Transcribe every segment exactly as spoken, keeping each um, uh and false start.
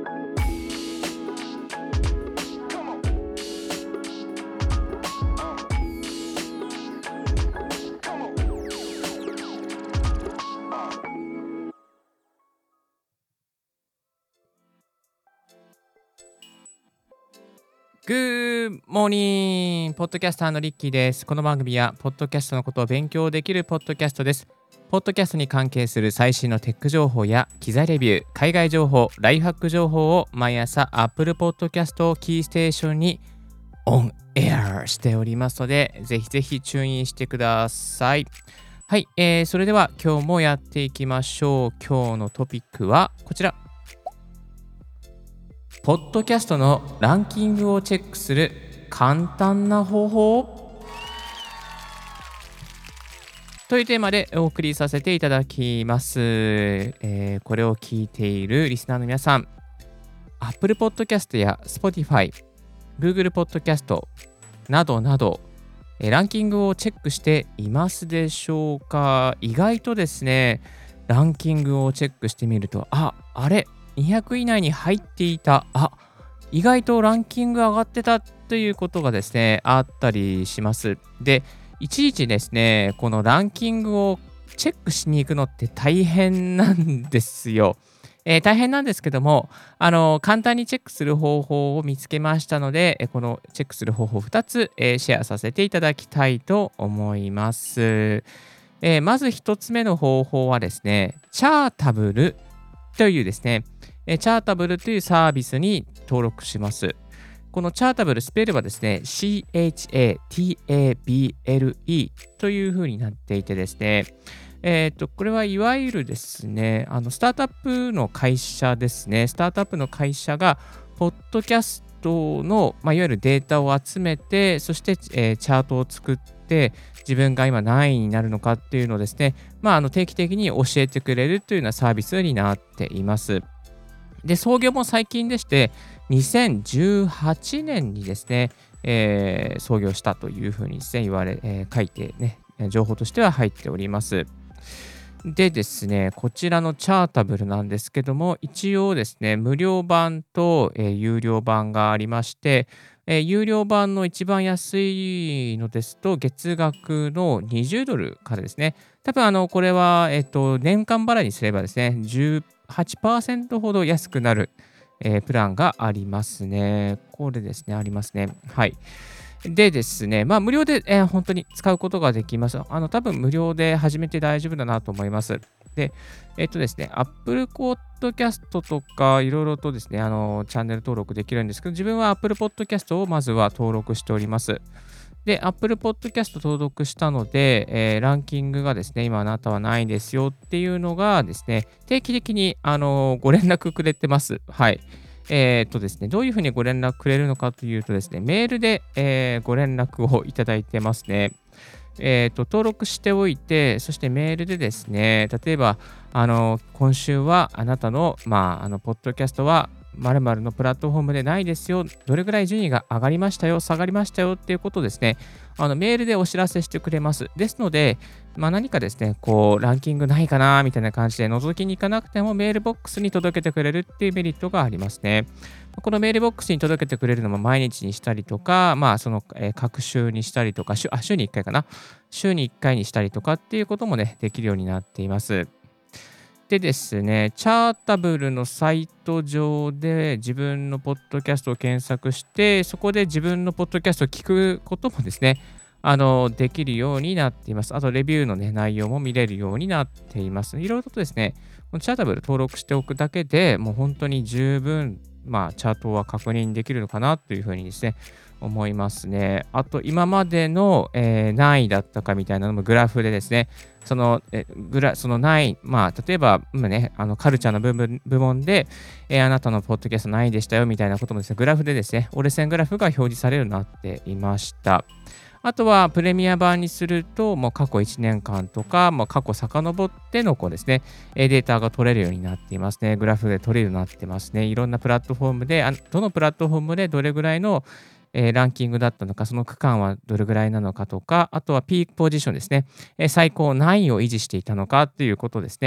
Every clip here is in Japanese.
グッモーニングポッドキャスターのリッキーです。この番組はポッドキャストのことを勉強できるポッドキャストです。ポッドキャストに関係する最新のテック情報や機材レビュー、海外情報、ライフハック情報を毎朝 Apple Podcast をキーステーションにオンエアしておりますので、ぜひぜひチューンインしてください。はい、えー、それでは今日もやっていきましょう。今日のトピックはこちら。ポッドキャストのランキングをチェックする簡単な方法というテーマでお送りさせていただきます。えー、これを聞いているリスナーの皆さん、Apple Podcast や Spotify、Google Podcast などなど、えー、ランキングをチェックしていますでしょうか？意外とですね、ランキングをチェックしてみると、あ、あれにひゃく以内に入っていた、あ、意外とランキング上がってたということがですね、あったりします。で、いちいちですね、このランキングをチェックしに行くのって大変なんですよ。えー、大変なんですけども、あの簡単にチェックする方法を見つけましたので、えこのチェックする方法ふたつ、えー、シェアさせていただきたいと思います。えー、まずひとつめの方法はですね、チャータブルというですね、チャータブルというサービスに登録します。このチャータブル、スペルはですね、シーエイチエーティーエービーエルイー という風になっていてですね、えっと、これはいわゆるですね、あのスタートアップの会社ですね、スタートアップの会社が、ポッドキャストの、まあ、いわゆるデータを集めて、そして、えー、チャートを作って、自分が今何位になるのかっていうのをですね、まあ、あの定期的に教えてくれるというようなサービスになっています。で、創業も最近でして、にせんじゅうはちねんにですね、えー、創業したというふうにですね、言われ、えー、書いてね、情報としては入っております。でですね、こちらのチャータブルなんですけども、一応ですね、無料版と、えー、有料版がありまして、えー、有料版の一番安いのですと、月額のにじゅうドルからですね。多分あの、これは、えっと、年間払いにすればですね、じゅうはちパーセントほど安くなる、えープランがありますね。これですね、ありますね。はい。でですね、まあ、無料で、えー本当に使うことができます。あの、多分無料で始めて大丈夫だなと思います。で、えっとですね、Apple Podcast とか、いろいろとですね、あの、チャンネル登録できるんですけど、自分は Apple Podcast をまずは登録しております。で、Apple Podcast 登録したので、えーランキングがですね、今あなたはないんですよっていうのがですね、定期的に、あの、ご連絡くれてます。はい。えーっとですね、どういうふうにご連絡くれるのかというとですね、メールで、えーご連絡をいただいてますね。えーと、登録しておいて、そしてメールでですね、例えば、あの、今週はあなたの、まあ、あの、ポッドキャストは、〇〇のプラットフォームでないですよ、どれぐらい順位が上がりましたよ、下がりましたよっていうことをですね、あのメールでお知らせしてくれます。ですので、まあ、何かですね、こう、ランキングないかなみたいな感じで覗きに行かなくてもメールボックスに届けてくれるっていうメリットがありますね。このメールボックスに届けてくれるのも毎日にしたりとか、まあ、その、えー、各週にしたりとか、週あ週にいっかいかな。週にいっかいにしたりとかっていうこともね、できるようになっています。でですね、チャータブルのサイト上で自分のポッドキャストを検索して、そこで自分のポッドキャストを聞くこともですね、あの、できるようになっています。あと、レビューのね、内容も見れるようになっています。いろいろとですね、このチャータブル登録しておくだけでもう本当に十分、まあ、チャートは確認できるのかなというふうにですね、思いますね。あと、今までの、えー何位だったかみたいなのもグラフでですね、その、えグラその何位、まあ、例えば、今ね、あのカルチャーの部分部門で、えーあなたのポッドキャスト何位でしたよみたいなこともですね、グラフでですね、折れ線グラフが表示されるようになっていました。あとはプレミア版にすると、もう過去いちねんかんとか、まあ、過去遡ってのこうですね、えーデータが取れるようになっていますね。グラフで取れるようになってますね。いろんなプラットフォームで、あどのプラットフォームでどれぐらいの、えーランキングだったのか、その区間はどれぐらいなのかとか、あとはピークポジションですね。えー最高何位を維持していたのかということですね。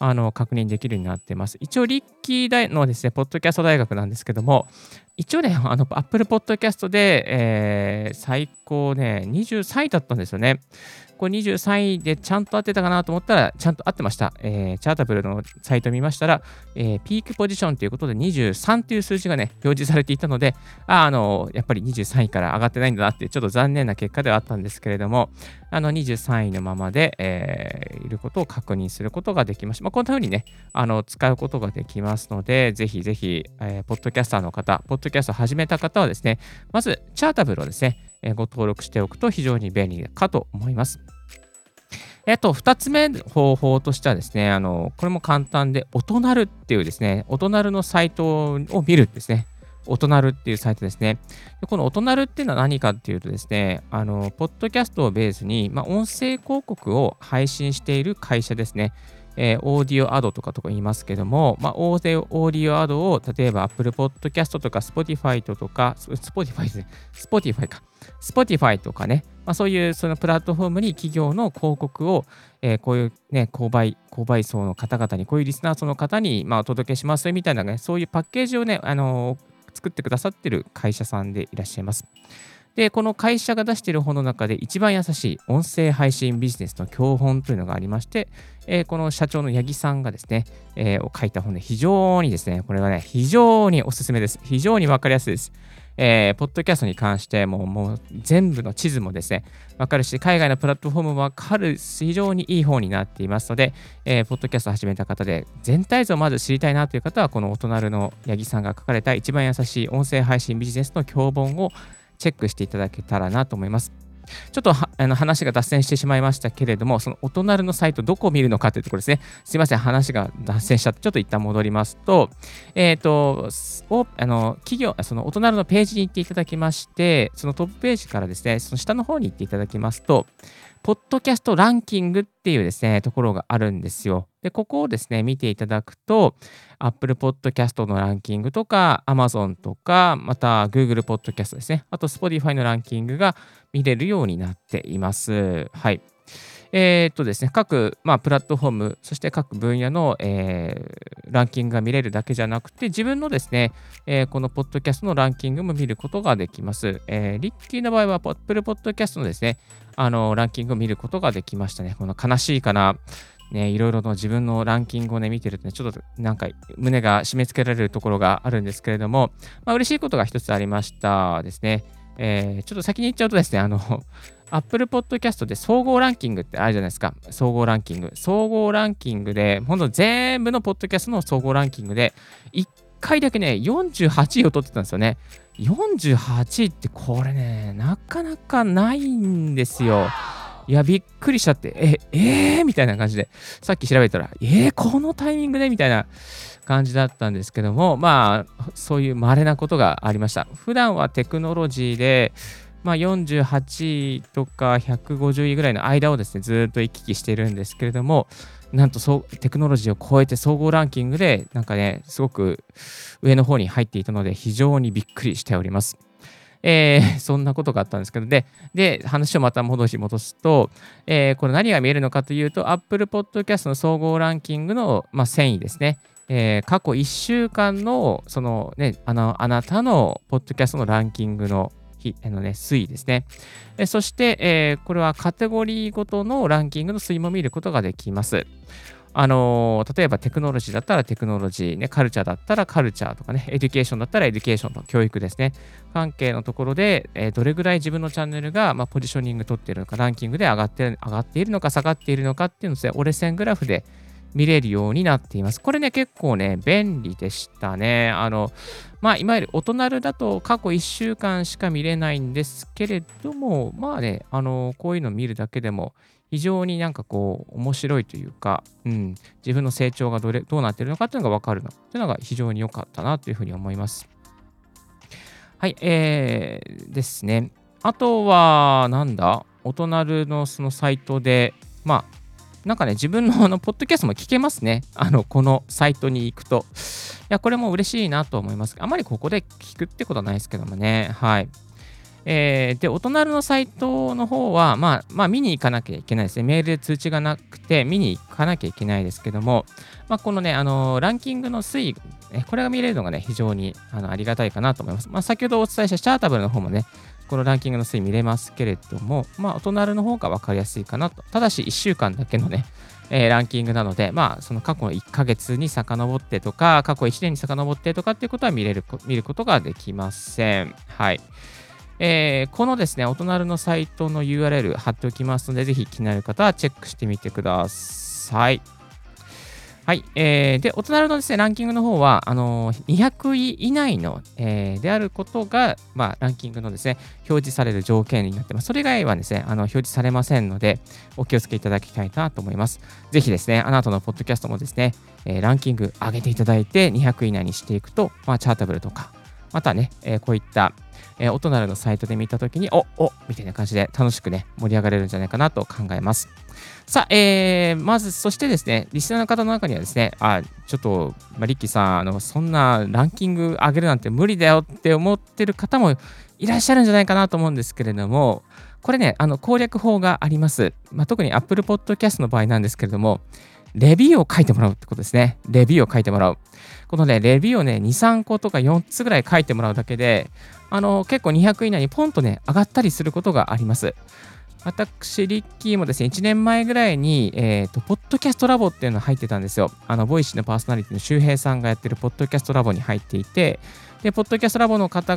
あの確認できるようになっています。一応、リッキー大のですね、ポッドキャスト大学なんですけども、一応ね、あの Apple Podcast で、えー最高ね、にじゅうさんいだったんですよね。これにじゅうさんいでちゃんと合ってたかなと思ったら、ちゃんと合ってました。えーチャータブルのサイトを見ましたら、えーピークポジションということでにじゅうさんという数字がね、表示されていたので、あ、あの、やっぱりにじゅうさんいから上がってないんだなっていう、ちょっと残念な結果ではあったんですけれども、あのにじゅうさんいのままで、えーいることを確認することができました。まあ、こんな風にね、あの使うことができますので、ぜひぜひ、えーポッドキャスターの方、ポッドキャストを始めた方はですね、まず、チャータブルをですね、えーご登録しておくと非常に便利かと思います。えっと、ふたつめの方法としてはですね、あの、これも簡単で、音なるっていうですね、音なるのサイトを見るんですね。音なるっていうサイトですね。でこの音なるっていうのは何かっていうとですね、あの、ポッドキャストをベースに、まあ、音声広告を配信している会社ですね。えーオーディオアドとかとか言いますけども、まあ、オーディオオーディオアドを例えば Apple Podcast とか Spotify とか、ス Spotify ですね、Spotify か、Spotify とかね、まあ、そういうそのプラットフォームに企業の広告を、えーこういうね、購買、購買層の方々に、こういうリスナー層の方に、まあ、お届けしますみたいなね、そういうパッケージをね、あのー作ってくださってる会社さんでいらっしゃいます。で、この会社が出している本の中で一番優しい音声配信ビジネスの教本というのがありまして、えーこの社長の八木さんがですね、えーを書いた本で非常にですね、これはね、非常におすすめです。非常にわかりやすいです。えーポッドキャストに関しても、もう全部の地図もですね、わかるし、海外のプラットフォームもわかる、非常にいい本になっていますので、えーポッドキャストを始めた方で、全体像をまず知りたいなという方は、このお隣の八木さんが書かれた一番優しい音声配信ビジネスの教本をチェックしていただけたらなと思います。ちょっとはあの話が脱線してしまいましたけれども、そのお隣のサイト、どこを見るのかというところですね。すいません、話が脱線しちゃって、ちょっと一旦戻りますと、えっ、と、すおあの企業、そのお隣のページに行っていただきまして、そのトップページからですね、その下の方に行っていただきますと、ポッドキャストランキングっていうですね、ところがあるんですよ。で、ここをですね、見ていただくと、Apple Podcast のランキングとか、Amazon とか、また Google Podcast ですね、あと Spotify のランキングが見れるようになっています。はい。えーっとですね、各、まあ、プラットフォーム、そして各分野の、えーランキングが見れるだけじゃなくて、自分のですね、えーこのポッドキャストのランキングも見ることができます。えーリッキーの場合は、Apple Podcast のですね、あのランキングを見ることができましたね。この悲しいかな、ね、いろいろと自分のランキングをね、見てるとね、ちょっとなんか胸が締め付けられるところがあるんですけれども、まあ、嬉しいことが一つありましたですね。えーちょっと先に言っちゃうとですね、あの、Apple Podcast で総合ランキングってあるじゃないですか。総合ランキング。総合ランキングで、ほんと全部のポッドキャストの総合ランキングで、いっかいだけね、よんじゅうはちいを取ってたんですよね。よんじゅうはちいってこれね、なかなかないんですよ。いや、びっくりしちゃって、え、えー、みたいな感じで、さっき調べたら、えー、このタイミングでみたいな感じだったんですけども、まあ、そういう稀なことがありました。普段はテクノロジーで、まあ、よんじゅうはちいとかひゃくごじゅういぐらいの間をですね、ずーっと行き来しているんですけれども、なんとそうテクノロジーを超えて総合ランキングで、なんかね、すごく上の方に入っていたので、非常にびっくりしております。えーそんなことがあったんですけど、で、で話をまた戻し戻すと、えーこれ何が見えるのかというと、Apple Podcast の総合ランキングの、まあ、遷移ですね。えー過去いっしゅうかんの、そのね、あの、あなたのポッドキャストのランキングのひあのね、推移ですね。えそして、えーこれはカテゴリーごとのランキングの推移も見ることができます。あのー例えばテクノロジーだったらテクノロジー、ね、カルチャーだったらカルチャーとかね、エデュケーションだったらエデュケーションと教育ですね。関係のところで、えーどれぐらい自分のチャンネルが、まあ、ポジショニング取っているのか、ランキングで上がって上がっているのか、下がっているのかっていうのをですね、折れ線グラフで見れるようになっています。これね、結構ね、便利でしたね。あの、まあ、いわゆる大人だと過去いっしゅうかんしか見れないんですけれども、まあね、あの、こういうのを見るだけでも、非常になんかこう、面白いというか、うん、自分の成長がどれどうなっているのかっていうのが分かるのっていうのが非常に良かったなというふうに思います。はい、えー、ですね。あとは、なんだ、お隣のそのサイトで、まあ、なんかね、自分のあの、ポッドキャストも聞けますね。あの、このサイトに行くと。いや、これも嬉しいなと思います。あまりここで聞くってことはないですけどもね。はい。 えー、で、お隣のサイトの方は、まあ、まあ、見に行かなきゃいけないですね。メールで通知がなくて、見に行かなきゃいけないですけども、まあ、このね、あのーランキングの推移、えこれが見れるのがね、非常にあのありがたいかなと思います。まあ、先ほどお伝えしたチャータブルの方もね、このランキングの推移見れますけれども、まあ、お隣の方が分かりやすいかなと。ただし、いっしゅうかんだけのね、えーランキングなので、まあ、その過去のいっかげつに遡ってとか、過去いちねんに遡ってとかっていうことは見れるこ、見ることができません。はい。えーこのですね、お隣のサイトの ユーアールエル 貼っておきますので、ぜひ気になる方はチェックしてみてください。はい。えーで、お隣のですね、ランキングの方は、あのーにひゃくい以内の、えーであることが、まあ、ランキングのですね、表示される条件になってます。それ以外はですね、あの表示されませんので、お気をつけいただきたいなと思います。ぜひですね、あなたのポッドキャストもですね、えーランキング上げていただいて、にひゃく以内にしていくと、まあ、チャータブルとか、またね、えーこういった、えーお隣のサイトで見たときに、おおみたいな感じで楽しくね、盛り上がれるんじゃないかなと考えます。さあ、えー、まず、そしてですね、リスナーの方の中にはですね、あ、ちょっと、まあ、リッキーさん、あの、そんなランキング上げるなんて無理だよって思ってる方もいらっしゃるんじゃないかなと思うんですけれども、これね、あの攻略法があります。まあ、特に Apple Podcast の場合なんですけれども、レビューを書いてもらうってことですね。レビューを書いてもらう。このね、レビューをね、に、さんことかよっつぐらい書いてもらうだけで、あの、結構にひゃく以内にポンとね、上がったりすることがあります。私、リッキーもですね、いちねんまえぐらいに、えっ、と、ポッドキャストラボっていうの入ってたんですよ。あの、ボイシーのパーソナリティの周平さんがやってるポッドキャストラボに入っていて、で、ポッドキャストラボの方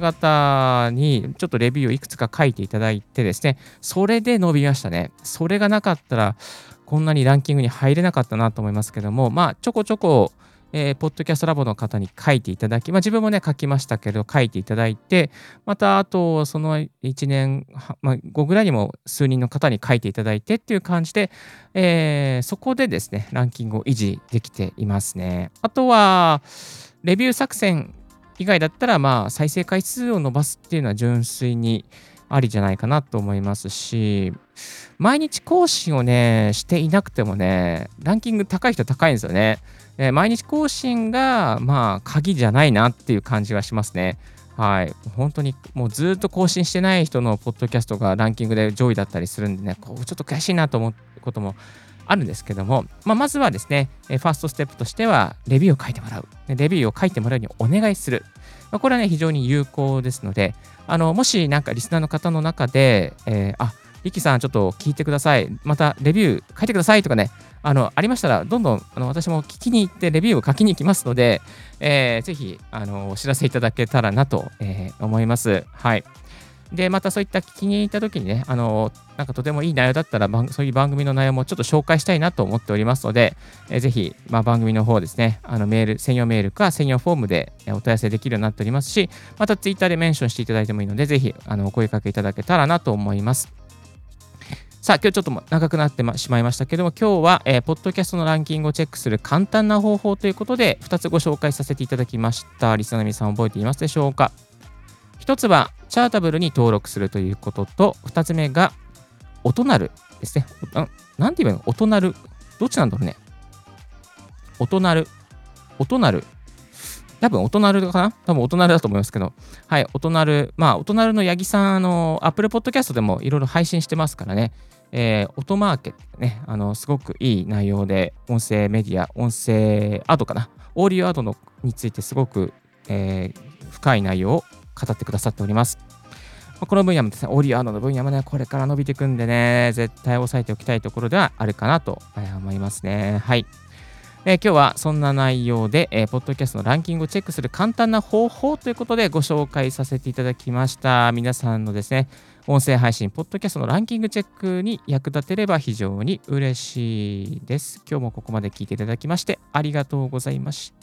々にちょっとレビューをいくつか書いていただいてですね、それで伸びましたね。それがなかったら、こんなにランキングに入れなかったなと思いますけども、まあ、ちょこちょこ、えーポッドキャストラボの方に書いていただき、まあ、自分もね、書きましたけど、書いていただいて、また、あと、そのいちねんは、まあ、後ぐらいにも数人の方に書いていただいてっていう感じで、えーそこでですね、ランキングを維持できていますね。あとは、レビュー作戦以外だったら、まあ、再生回数を伸ばすっていうのは純粋にありじゃないかなと思いますし、毎日更新をね、していなくてもね、ランキング高い人は高いんですよね。えー毎日更新が、まあ、鍵じゃないなっていう感じはしますね。はい。本当に、もうずっと更新してない人のポッドキャストがランキングで上位だったりするんでね、こうちょっと悔しいなと思うこともあるんですけども、まあ、まずはですね、えーファーストステップとしては、レビューを書いてもらう。でレビューを書いてもらうようにお願いする。まあ、これはね、非常に有効ですので、あの、もしなんかリスナーの方の中で、えーあ、リキさんちょっと聞いてください。またレビュー書いてくださいとかね、あの、ありましたら、どんどんあの私も聞きに行ってレビューを書きに行きますので、えーぜひ、あの、お知らせいただけたらなと、えー思います。はい。で、またそういった聞きに行った時にね、あの、なんかとてもいい内容だったら、番そういう番組の内容もちょっと紹介したいなと思っておりますので、えーぜひ、まあ、番組の方ですね、あのメール、専用メールか専用フォームでえーお問い合わせできるようになっておりますし、またツイッターでメンションしていただいてもいいので、ぜひ、あの、お声掛けいただけたらなと思います。さあ、今日ちょっと長くなってしまいましたけども、今日は、えーポッドキャストのランキングをチェックする簡単な方法ということで、ふたつご紹介させていただきました。リスナーの皆さん覚えていますでしょうか？ひとつは、チャータブルに登録するということと、ふたつめが、音なるですね。ななんて言えばいいの？音なる。どっちなんだろうね。音なる。音なる。多分、音なるかな多分、音なるだと思いますけど。はい、音なる。まあ、音なるの八木さん、あの、Apple Podcast でもいろいろ配信してますからね。えー、音マーケットね、あの、すごくいい内容で、音声メディア、音声アドかな。オーディオアドのについてすごく、えー深い内容を語ってくださっております。まあこの分野もですね、オーディオアドの分野もね、これから伸びていくんでね、絶対押さえておきたいところではあるかなとえー思いますね。はい。えー今日はそんな内容で、えーポッドキャストのランキングをチェックする簡単な方法ということでご紹介させていただきました。皆さんのですね、音声配信、ポッドキャストのランキングチェックに役立てれば非常に嬉しいです。今日もここまで聞いていただきましてありがとうございました。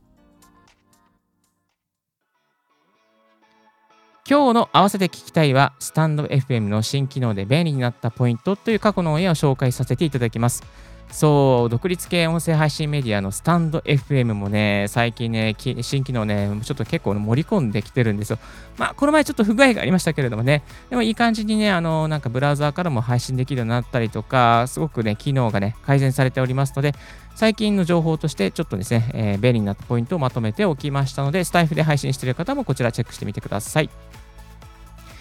今日の合わせて聞きたいは、スタンド エフエム の新機能で便利になったポイントという過去のオンエアを紹介させていただきます。そう、独立系音声配信メディアのスタンド エフエム もね、最近ね、き新機能ね、ちょっと結構盛り込んできてるんですよ。まあ、この前ちょっと不具合がありましたけれどもね、でもいい感じにね、あの、なんかブラウザーからも配信できるようになったりとか、すごくね、機能がね、改善されておりますので、最近の情報としてちょっとですね、えー便利になったポイントをまとめておきましたので、スタイフで配信している方もこちらチェックしてみてください。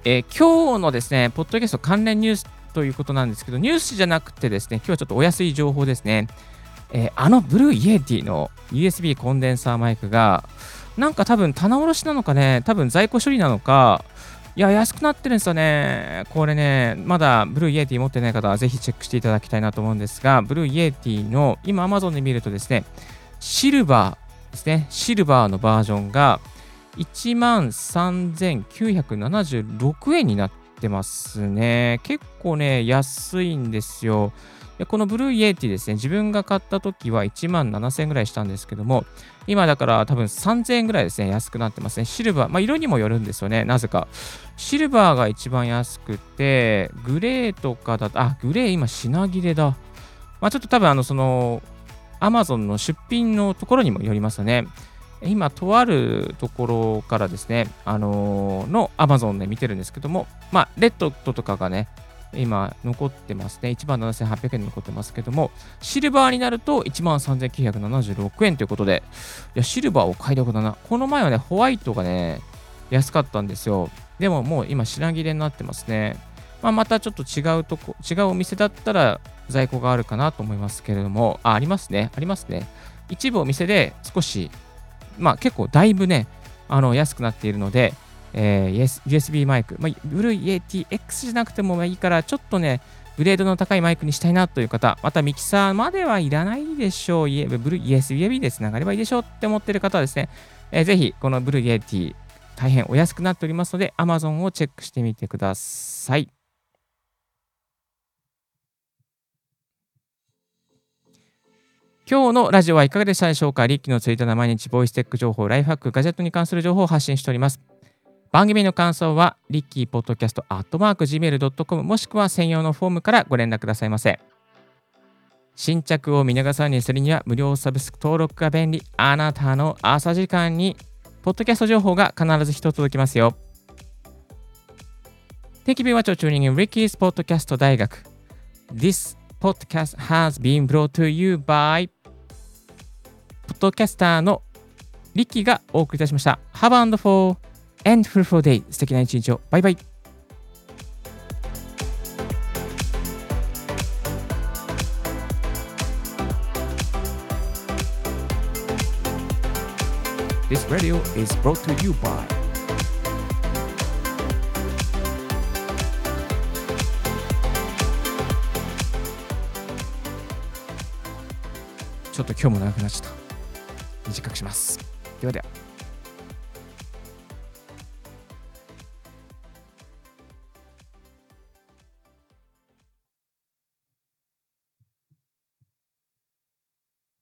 えー今日のですね、ポッドキャスト関連ニュースということなんですけど、ニュースじゃなくてですね、今日はちょっとお安い情報ですね。えーあのブルーイエティの ユーエスビー コンデンサーマイクが、なんか多分棚卸しなのかね、多分在庫処理なのか、いや、安くなってるんですよね。これね、まだブルーイエティ持ってない方はぜひチェックしていただきたいなと思うんですが、ブルーイエティの、今 Amazon で見るとですね、シルバーですね、シルバーのバージョンがいちまんさんぜんきゅうひゃくななじゅうろくえんになってますね。結構ね、安いんですよ。でこのブルーイエティですね、自分が買った時はいちまんななせんえんぐらいしたんですけども、今だから多分さんぜんえんぐらいですね、安くなってますね。シルバー、まあ色にもよるんですよね、なぜか。シルバーが一番安くて、グレーとかだと、あ、グレー今品切れだ。まあちょっと多分あの、その、Amazon の出品のところにもよりますよね。今、とあるところからですね、あのーの Amazon で見てるんですけども、まあ、レッドとかがね、今残ってますね。いちまんななせんはっぴゃくえん残ってますけども、シルバーになるといちまんさんぜんきゅうひゃくななじゅうろくえんということで、いや、シルバーを買いたことだな。この前はね、ホワイトがね、安かったんですよ。でももう今、品切れになってますね。まあ、またちょっと違うとこ、違うお店だったら在庫があるかなと思いますけれども、あ、ありますね。ありますね。一部お店で少し、まあ結構だいぶね、あの安くなっているので、えー ユーエスビー マイク、まあ、ブルーイエティエックス じゃなくてもいいから、ちょっとね、グレードの高いマイクにしたいなという方、またミキサーまではいらないでしょう、イエブルー ユーエスビー でつながればいいでしょうって思っている方はですね、えーぜひこのブルーイエティ大変お安くなっておりますので、Amazon をチェックしてみてください。今日のラジオはいかがでしたでしょうか。リッキーのツイートの毎日ボイステック情報、ライフハック、ガジェットに関する情報を発信しております。番組の感想は、リッキーポッドキャストアットマーク ジーメールドットコム もしくは専用のフォームからご連絡くださいませ。新着を見逃さないようにするには無料サブスク登録が便利。あなたの朝時間にポッドキャスト情報が必ず一つ届きますよ。Thank you very much for tuning in Ricky's Podcast 大学。This podcast has been brought to you by ポッドキャスターのリッキーがお送りいたしました。Have a wonderful and fruitful day。素敵な一日を。バイバイ。This radio is brought to you by ちょっと今日も長くなっちゃった。短くします。ではでは。